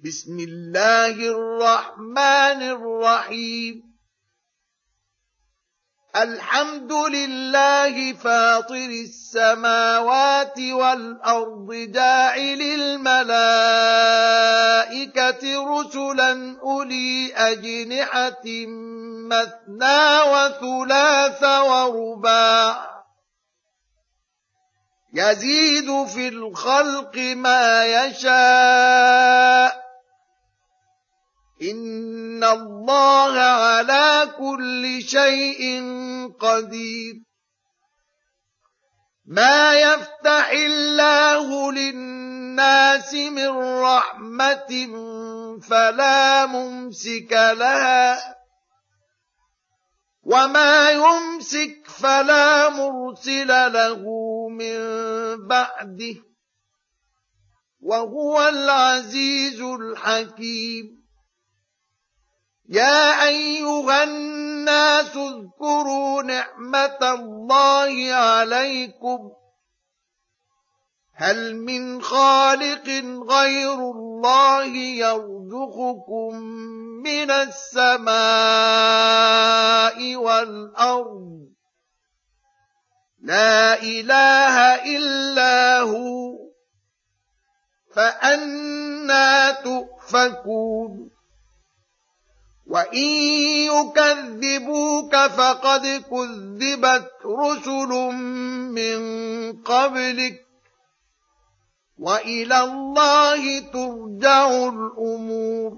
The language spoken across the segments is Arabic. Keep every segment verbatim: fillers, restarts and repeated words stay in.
بسم الله الرحمن الرحيم الحمد لله فاطر السماوات والأرض جاعل الملائكة رسلا أولي أجنحة مثنى وثلاث ورباع يزيد في الخلق ما يشاء إن الله على كل شيء قدير ما يفتح الله للناس من رحمة فلا ممسك لها وما يمسك فلا مرسل له من بعده وهو العزيز الحكيم يا أيها الناس اذكروا نعمة الله عليكم هل من خالق غير الله يرزقكم من السماء والأرض لا إله إلا هو فأنى تؤفكون وإن يكذبوك فقد كذبت رسل من قبلك وإلى الله ترجع الأمور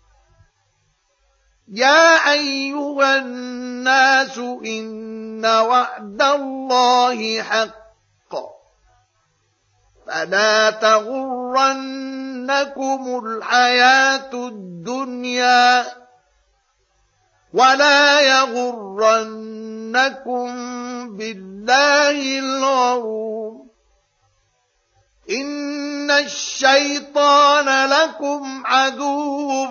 يا أيها الناس إن وعد الله حق فلا تغرنكم الحياة الدنيا ولا يغرنكم بالله الغرور إن الشيطان لكم عدو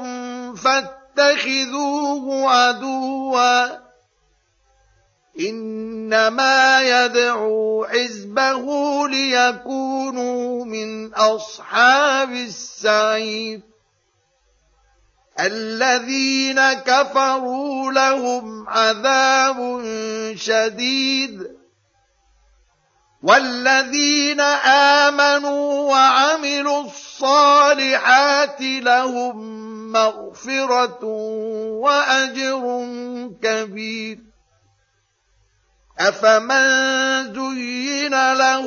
فاتخذوه عدوا إنما يدعو حزبه ليكونوا من أصحاب السعير الذين كفروا لهم عذاب شديد والذين آمنوا وعملوا الصالحات لهم مغفرة وأجر كبير أفمن زين له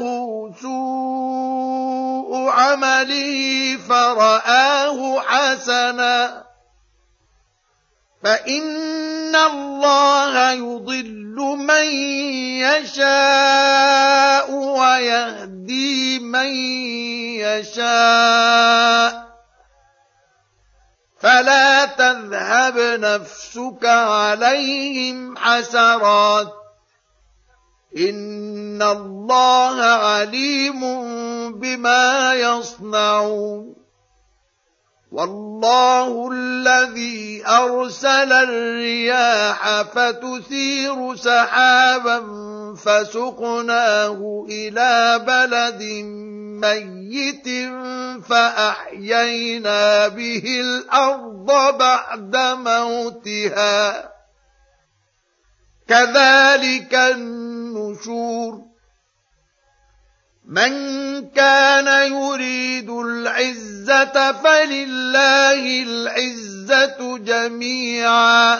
سوء عمله فرآه حسنا فإن الله يضل من يشاء ويهدي من يشاء فلا تذهب نفسك عليهم حسرات إن الله عليم بما يصنعون والله الذي أرسل الرياح فتثير سحابا فسقناه إلى بلد ميت فأحيينا به الأرض بعد موتها كذلك النشور من كان يريد العزة فلله العزة جميعا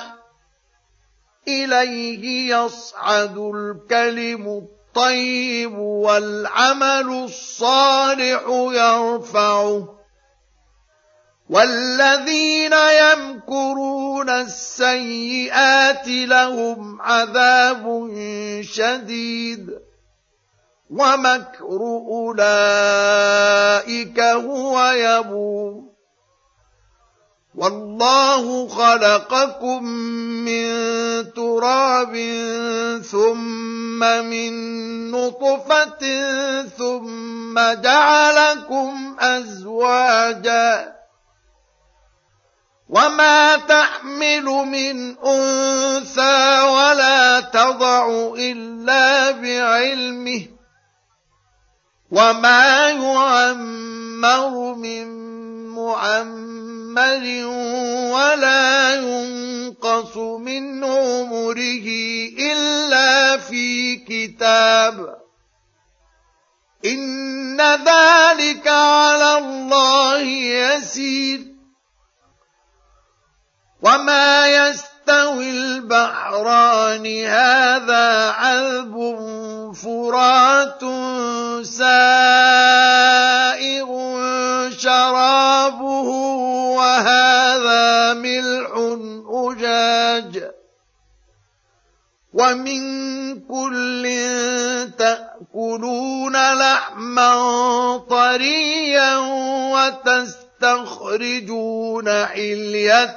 إليه يصعد الكلم الطيب والعمل الصالح يرفعه والذين يمكرون السيئات لهم عذاب شديد ومكر أولئك هو يبور والله خلقكم من تراب ثم من نطفة ثم جعلكم أزواجا وما تحمل من أنثى ولا تضع إلا بعلمه وما يعمر من معمر مُعَمَّرٍ وَلَا يُنقَصُ مِنْ عُمُرِهِ إِلَّا فِي كِتَابٍ إِنَّ ذَلِكَ عَلَى اللَّهِ يَسِيرٌ وَمَا يَسْتَوِي الْبَحْرَانِ هَذَا عَذْبٌ فُرَاتٌ سَائِغٌ شَرَابُهُ وَهَذَا مِلْحٌ أُجَاجٌ وَمِن كُلٍّ تَأْكُلُونَ لَحْمًا طَرِيًّا وَتَسْتَخْرِجُونَ حِلْيَةً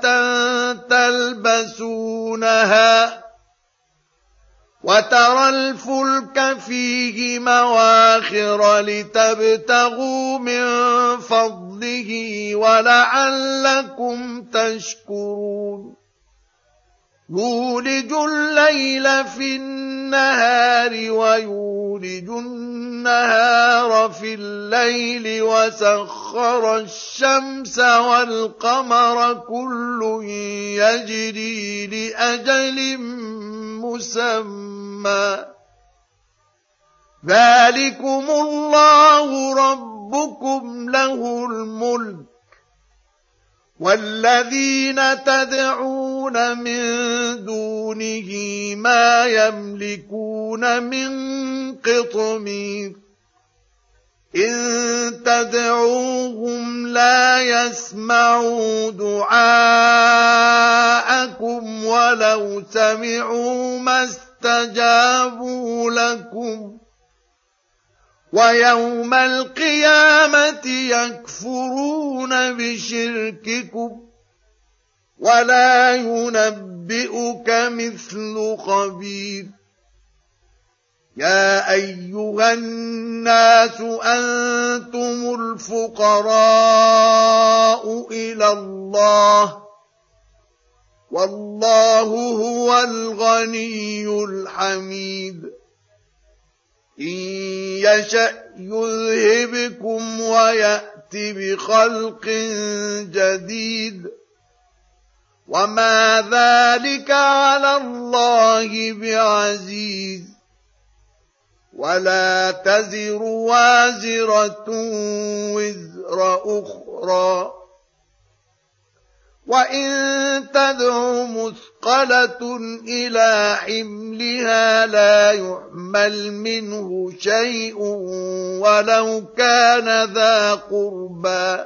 تَلْبَسُونَهَا وَتَرَى الْفُلْكَ فِيهِ مَوَاخِرَ لِتَبْتَغُوا مِن فَضْلِهِ وَلَعَلَّكُمْ تَشْكُرُونَ يُولِجُ اللَّيْلَ فِي النَّهَارِ وَيُولِجُ النَّهَارَ فِي اللَّيْلِ وَسَخَّرَ الشَّمْسَ وَالْقَمَرَ كُلٌّ يَجْرِي لِأَجَلٍ مُّسَمًّى ذَلِكُمُ اللَّهُ رَبُّكُمْ لَهُ الْمُلْكُ وَالَّذِينَ تَدْعُونَ مِن دُونِهِ مَا يَمْلِكُونَ مِن قِطْمِيرٍ إِن تَدْعُوهُمْ لَا يَسْمَعُوا دُعَاءَكُمْ وَلَوْ سَمِعُوا مَا اسْتَجَابُوا لَكُمْ وَيَوْمَ الْقِيَامَةِ يَكْفُرُونَ بِشِرْكِكُمْ وَلَا يُنَبِّئُكَ مِثْلُ خَبِيرٍ يَا أَيُّهَا النَّاسُ أَنتُمُ الْفُقَرَاءُ إِلَى اللَّهِ وَاللَّهُ هُوَ الْغَنِيُّ الْحَمِيدُ إِن يَشَأْ يُذْهِبْكُمْ وَيَأْتِ بِخَلْقٍ جَدِيدٍ وَمَا ذَلِكَ عَلَى اللَّهِ بِعَزِيزٍ وَلَا تَزِرُ وَازِرَةٌ وِزْرَ أُخْرَى وَإِن تَدْعُ مُثْقَلَةٌ إِلَىٰ حِمْلِهَا لَا يُحْمَلْ مِنْهُ شَيْءٌ وَلَوْ كَانَ ذَا قُرْبَىٰ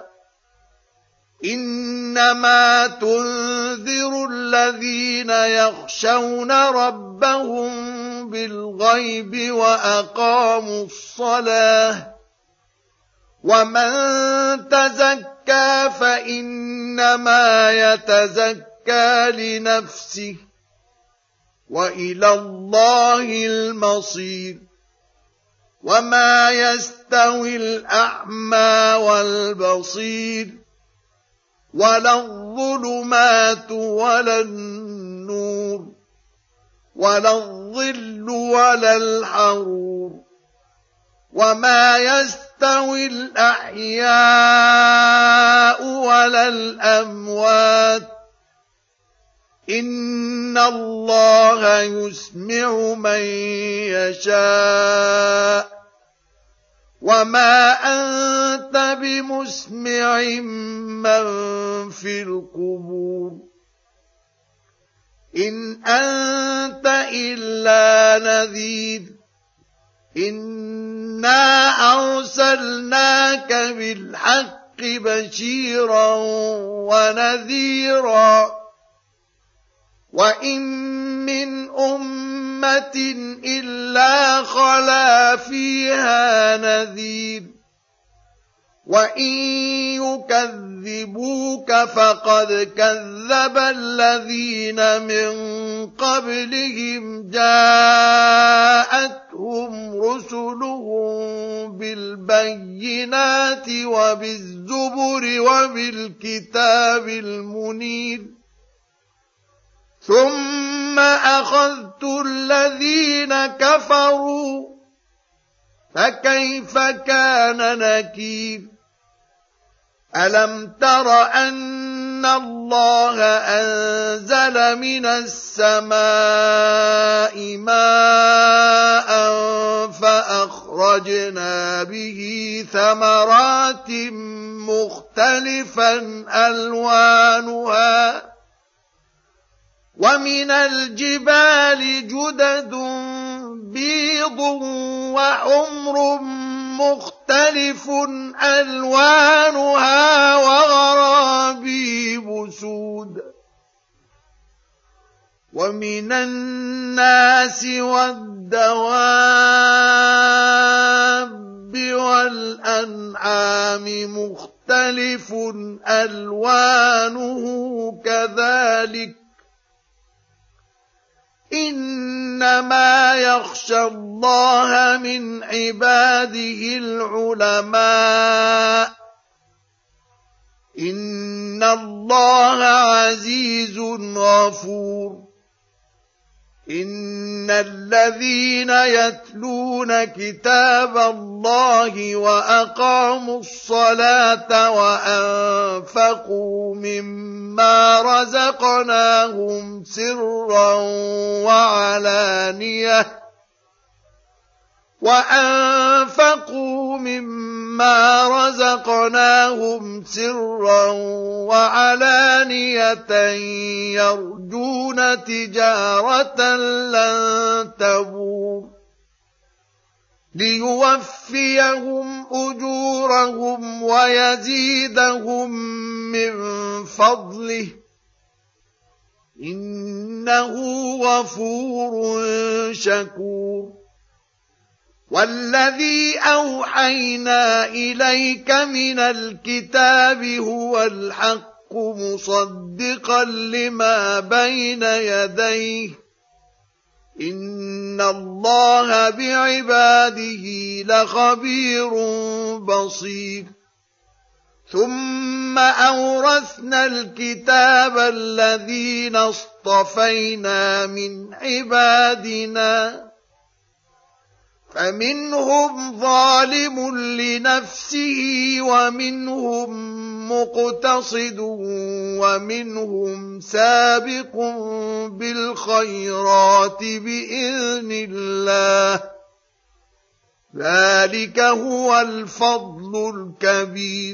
إِنَّمَا تُنذِرُ الَّذِينَ يَخْشَوْنَ رَبَّهُم بِالْغَيْبِ وَأَقَامُوا الصَّلَاةَ وَمَن تَزَكَّىٰ فَإِنَّمَا يَتَزَكَّىٰ لِنَفْسِهِ وَإِلَى اللَّهِ الْمَصِيرُ وَمَا يَسْتَوِي الْأَعْمَىٰ وَالْبَصِيرُ وَلَا الظُّلُمَاتُ وَلَا النُّورُ وَلَا الظِّلُّ وَلَا الْحَرُورُ وَمَا يَسْتَوِي الْأَحْيَاءُ وَلَا الْأَمْوَاتُ إِنَّ اللَّهَ يُسْمِعُ مَن يَشَاءُ وَمَا أَنتَ بِمُسْمِعٍ مَّن فِي الْقُبُورِ إِنْ أَنتَ إِلَّا نَذِيرٌ إِنَّا أَرْسَلْنَاكَ بِالْحَقِّ بَشِيرًا وَنَذِيرًا وَإِن مِّنْ أُمَّةٍ إِلَّا خَلَا فِيهَا نَذِيرٌ وَإِن يُكَذِّبُوكَ فَقَدْ كَذَّبَ الَّذِينَ مِن قَبْلِهِمْ جَاءَتْهُمْ رُسُلُهُم بِالْبَيِّنَاتِ وَبِالزُّبُرِ وَبِالْكِتَابِ الْمُنِيرِ ثُمَّ أَخَذْتُ الَّذِينَ كَفَرُوا فَكَيْفَ كَانَ نَكِيرِ أَلَمْ تَرَ أَنَّ إِنَّ اللَّهَ أَنزَلَ مِنَ السَّمَاءِ مَاءً فَأَخْرَجْنَا بِهِ ثَمَرَاتٍ مُخْتَلِفًا أَلْوَانُهَا وَمِنَ الْجِبَالِ جُدَدٌ بِيضٌ وَحُمْرٌ مُخْتَلِفٌ أَلْوَانُهَا وَغَرَابِيبُ سُودٌ وَمِنَ النَّاسِ وَالدَّوَابِّ وَالْأَنْعَامِ مُخْتَلِفٌ أَلْوَانُهُ كَذَلِكَ إِنَّمَا يَخْشَى اللَّهَ مِنْ عِبَادِهِ الْعُلَمَاءُ إِنَّ اللَّهَ عَزِيزٌ غَفُورٌ إِنَّ الَّذِينَ يَتْلُونَ كِتَابَ اللَّهِ وَأَقَامُوا الصَّلَاةَ وَأَنفَقُوا مِمَّا رَزَقْنَاهُمْ سِرًّا وَعَلَانِيَةً وَأَنفَقُوا مِمَّا رَزَقْنَاهُمْ سِرًّا وَعَلَانِيَةً يَرْجُونَ تِجَارَةً لَّن تَبُورَ لِيُوَفِّيَهُمْ أُجُورَهُمْ وَيَزِيدَهُم مِّن فَضْلِهِ إِنَّهُ غَفُورٌ شَكُورٌ وَالَّذِي أَوْحَيْنَا إِلَيْكَ مِنَ الْكِتَابِ هُوَ الْحَقُّ مُصَدِّقًا لِّمَا بَيْنَ يَدَيْهِ إِنَّ اللَّهَ بِعِبَادِهِ لَخَبِيرٌ بَصِيرٌ ثُمَّ أَوْرَثْنَا الْكِتَابَ الَّذِينَ اصْطَفَيْنَا مِنْ عِبَادِنَا فَمِنْهُمْ ظَالِمٌ لِنَفْسِهِ وَمِنْهُمْ مُقْتَصِدٌ وَمِنْهُمْ سَابِقٌ بِالْخَيْرَاتِ بِإِذْنِ اللَّهِ ذَلِكَ هُوَ الْفَضْلُ الْكَبِيرُ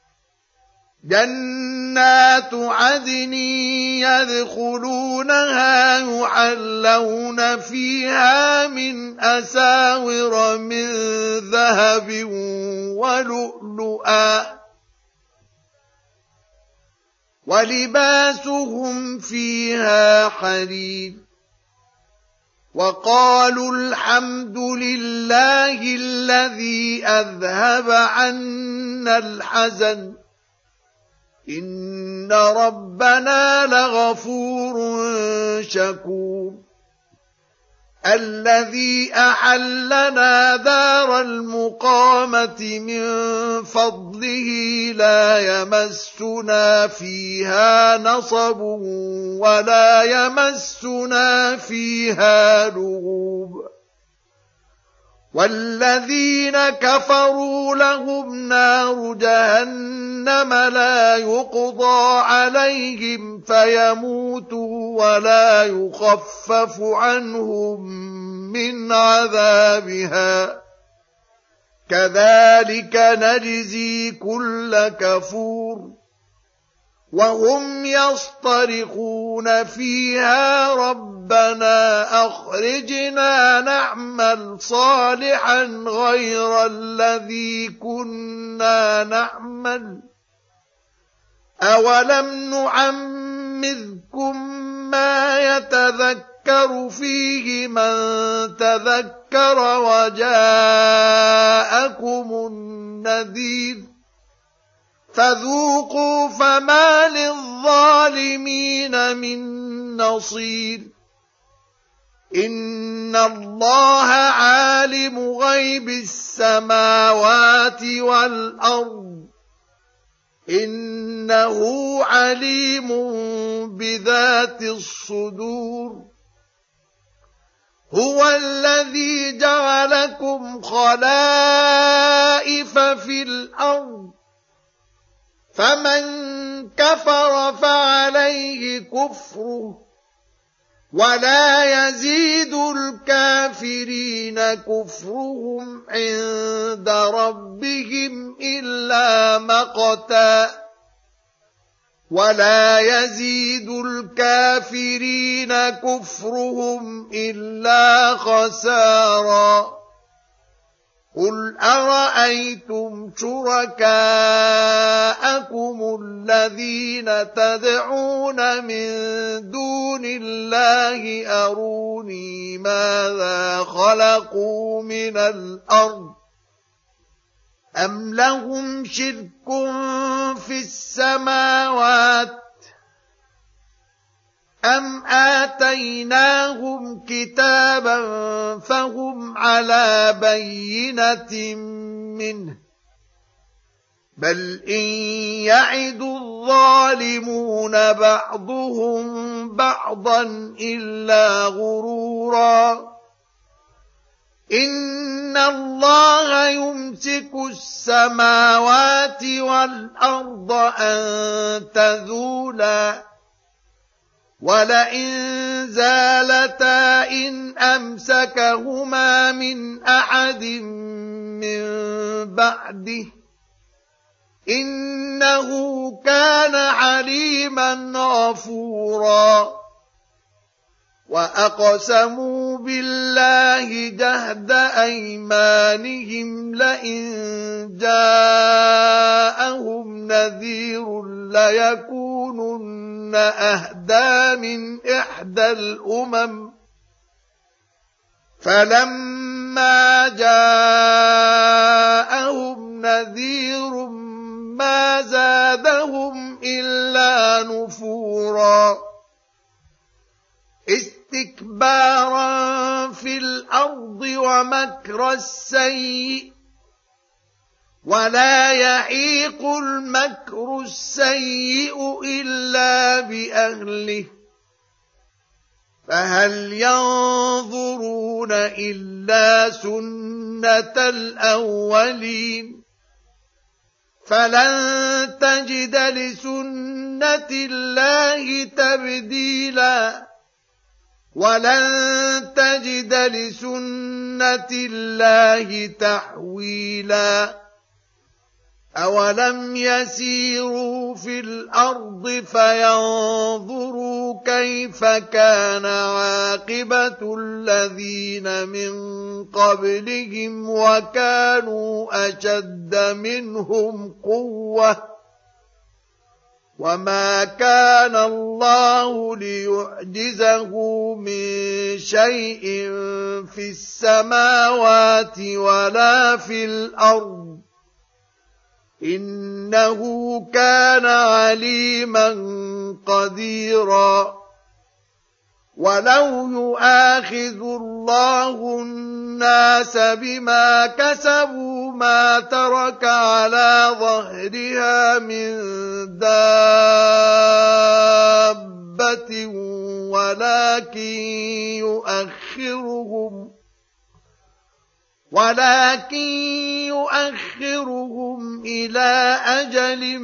جَنَّاتُ عَدْنٍ يَدْخُلُونَهَا يُحَلَّوْنَ فِيهَا مِنْ أَسَاوِرَ مِنْ ذَهَبٍ وَلُؤْلُؤًا وَلِبَاسُهُمْ فِيهَا حَرِيرٌ وَقَالُوا الْحَمْدُ لِلَّهِ الَّذِي أَذْهَبَ عَنَّا الْحَزَنَ إِنَّ رَبَّنَا لَغَفُورٌ شَكُورٌ الَّذِي أَحَلَّنَا دَارَ الْمُقَامَةِ مِنْ فَضْلِهِ لَا يَمَسُّنَا فِيهَا نَصَبٌ وَلَا يَمَسُّنَا فِيهَا لُغُوبٌ وَالَّذِينَ كَفَرُوا لَهُمْ نَارُ جَهَنَّمَ لَا يُقْضَىٰ عَلَيْهِمْ فَيَمُوتُوا وَلَا يُخَفَّفُ عَنْهُم مِّنْ عَذَابِهَا كَذَٰلِكَ نَجْزِي كُلَّ كَفُورٍ وَهُمْ يَصْطَرِخُونَ فِيهَا رَبَّنَا أَخْرِجْنَا نَعْمَلْ صَالِحًا غَيْرَ الَّذِي كُنَّا نَعْمَلُ أَوَلَمْ نُعَمِّرْكُم مَّا يَتَذَكَّرُ فِيهِ مَن تَذَكَّرَ وَجَاءَكُمُ النَّذِيرُ فَذُوقُوا فَمَا لِلظَّالِمِينَ مِن نَّصِيرٍ إِنَّ اللَّهَ عَالِمُ غَيْبِ السَّمَاوَاتِ وَالْأَرْضِ إِنَّهُ عَلِيمٌ بِذَاتِ الصُّدُورِ هُوَ الَّذِي جَعَلَكُمْ خَلَائِفَ فِي الْأَرْضِ فَمَن كَفَرَ كفره ولا يزيد الكافرين كفرهم عند ربهم إلا مقتا ولا يزيد الكافرين كفرهم إلا خسارا قل أرأيتم شركاءكم الذين تدعون من دون الله أروني ماذا خلقوا من الأرض أم لهم شرك في السماوات أم آتيناهم كتابا فهم على بينة منه بل إن يعد الظالمون بعضهم بعضا إلا غرورا إن الله يمسك السماوات والأرض أن تزولا ولئن زالتا إن أمسكهما من أحد من بعده إنه كان عليما غفورا وأقسموا بالله جهد أيمانهم لئن جاءهم نذير ليكونن أهدى من إحدى الأمم فلما جاءهم نذير ما زادهم إلا نفورا استكبارا في الأرض ومكر السيء ولا يحيق المكر السيء إلا بأهله فهل ينظرون إلا سنة الأولين فلن تجد لسنة الله تبديلا ولن تجد لسنة الله تحويلا أولم يسيروا في الأرض فينظروا كيف كان عاقبة الذين من قبلهم وكانوا أشد منهم قوة وما كان الله ليعجزه من شيء في السماوات ولا في الأرض إنه كان عليما قديرا ولو يؤاخذ الله الناس بما كسبوا ما ترك على ظهرها من دابة ولكن يؤخرهم ولكن يؤخرهم إلى أجل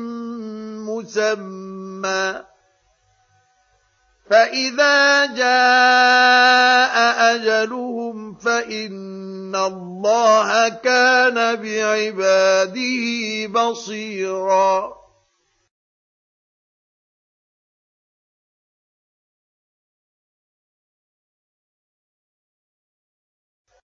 مسمى فإذا جاء أجلهم فإن الله كان بعباده بصيراً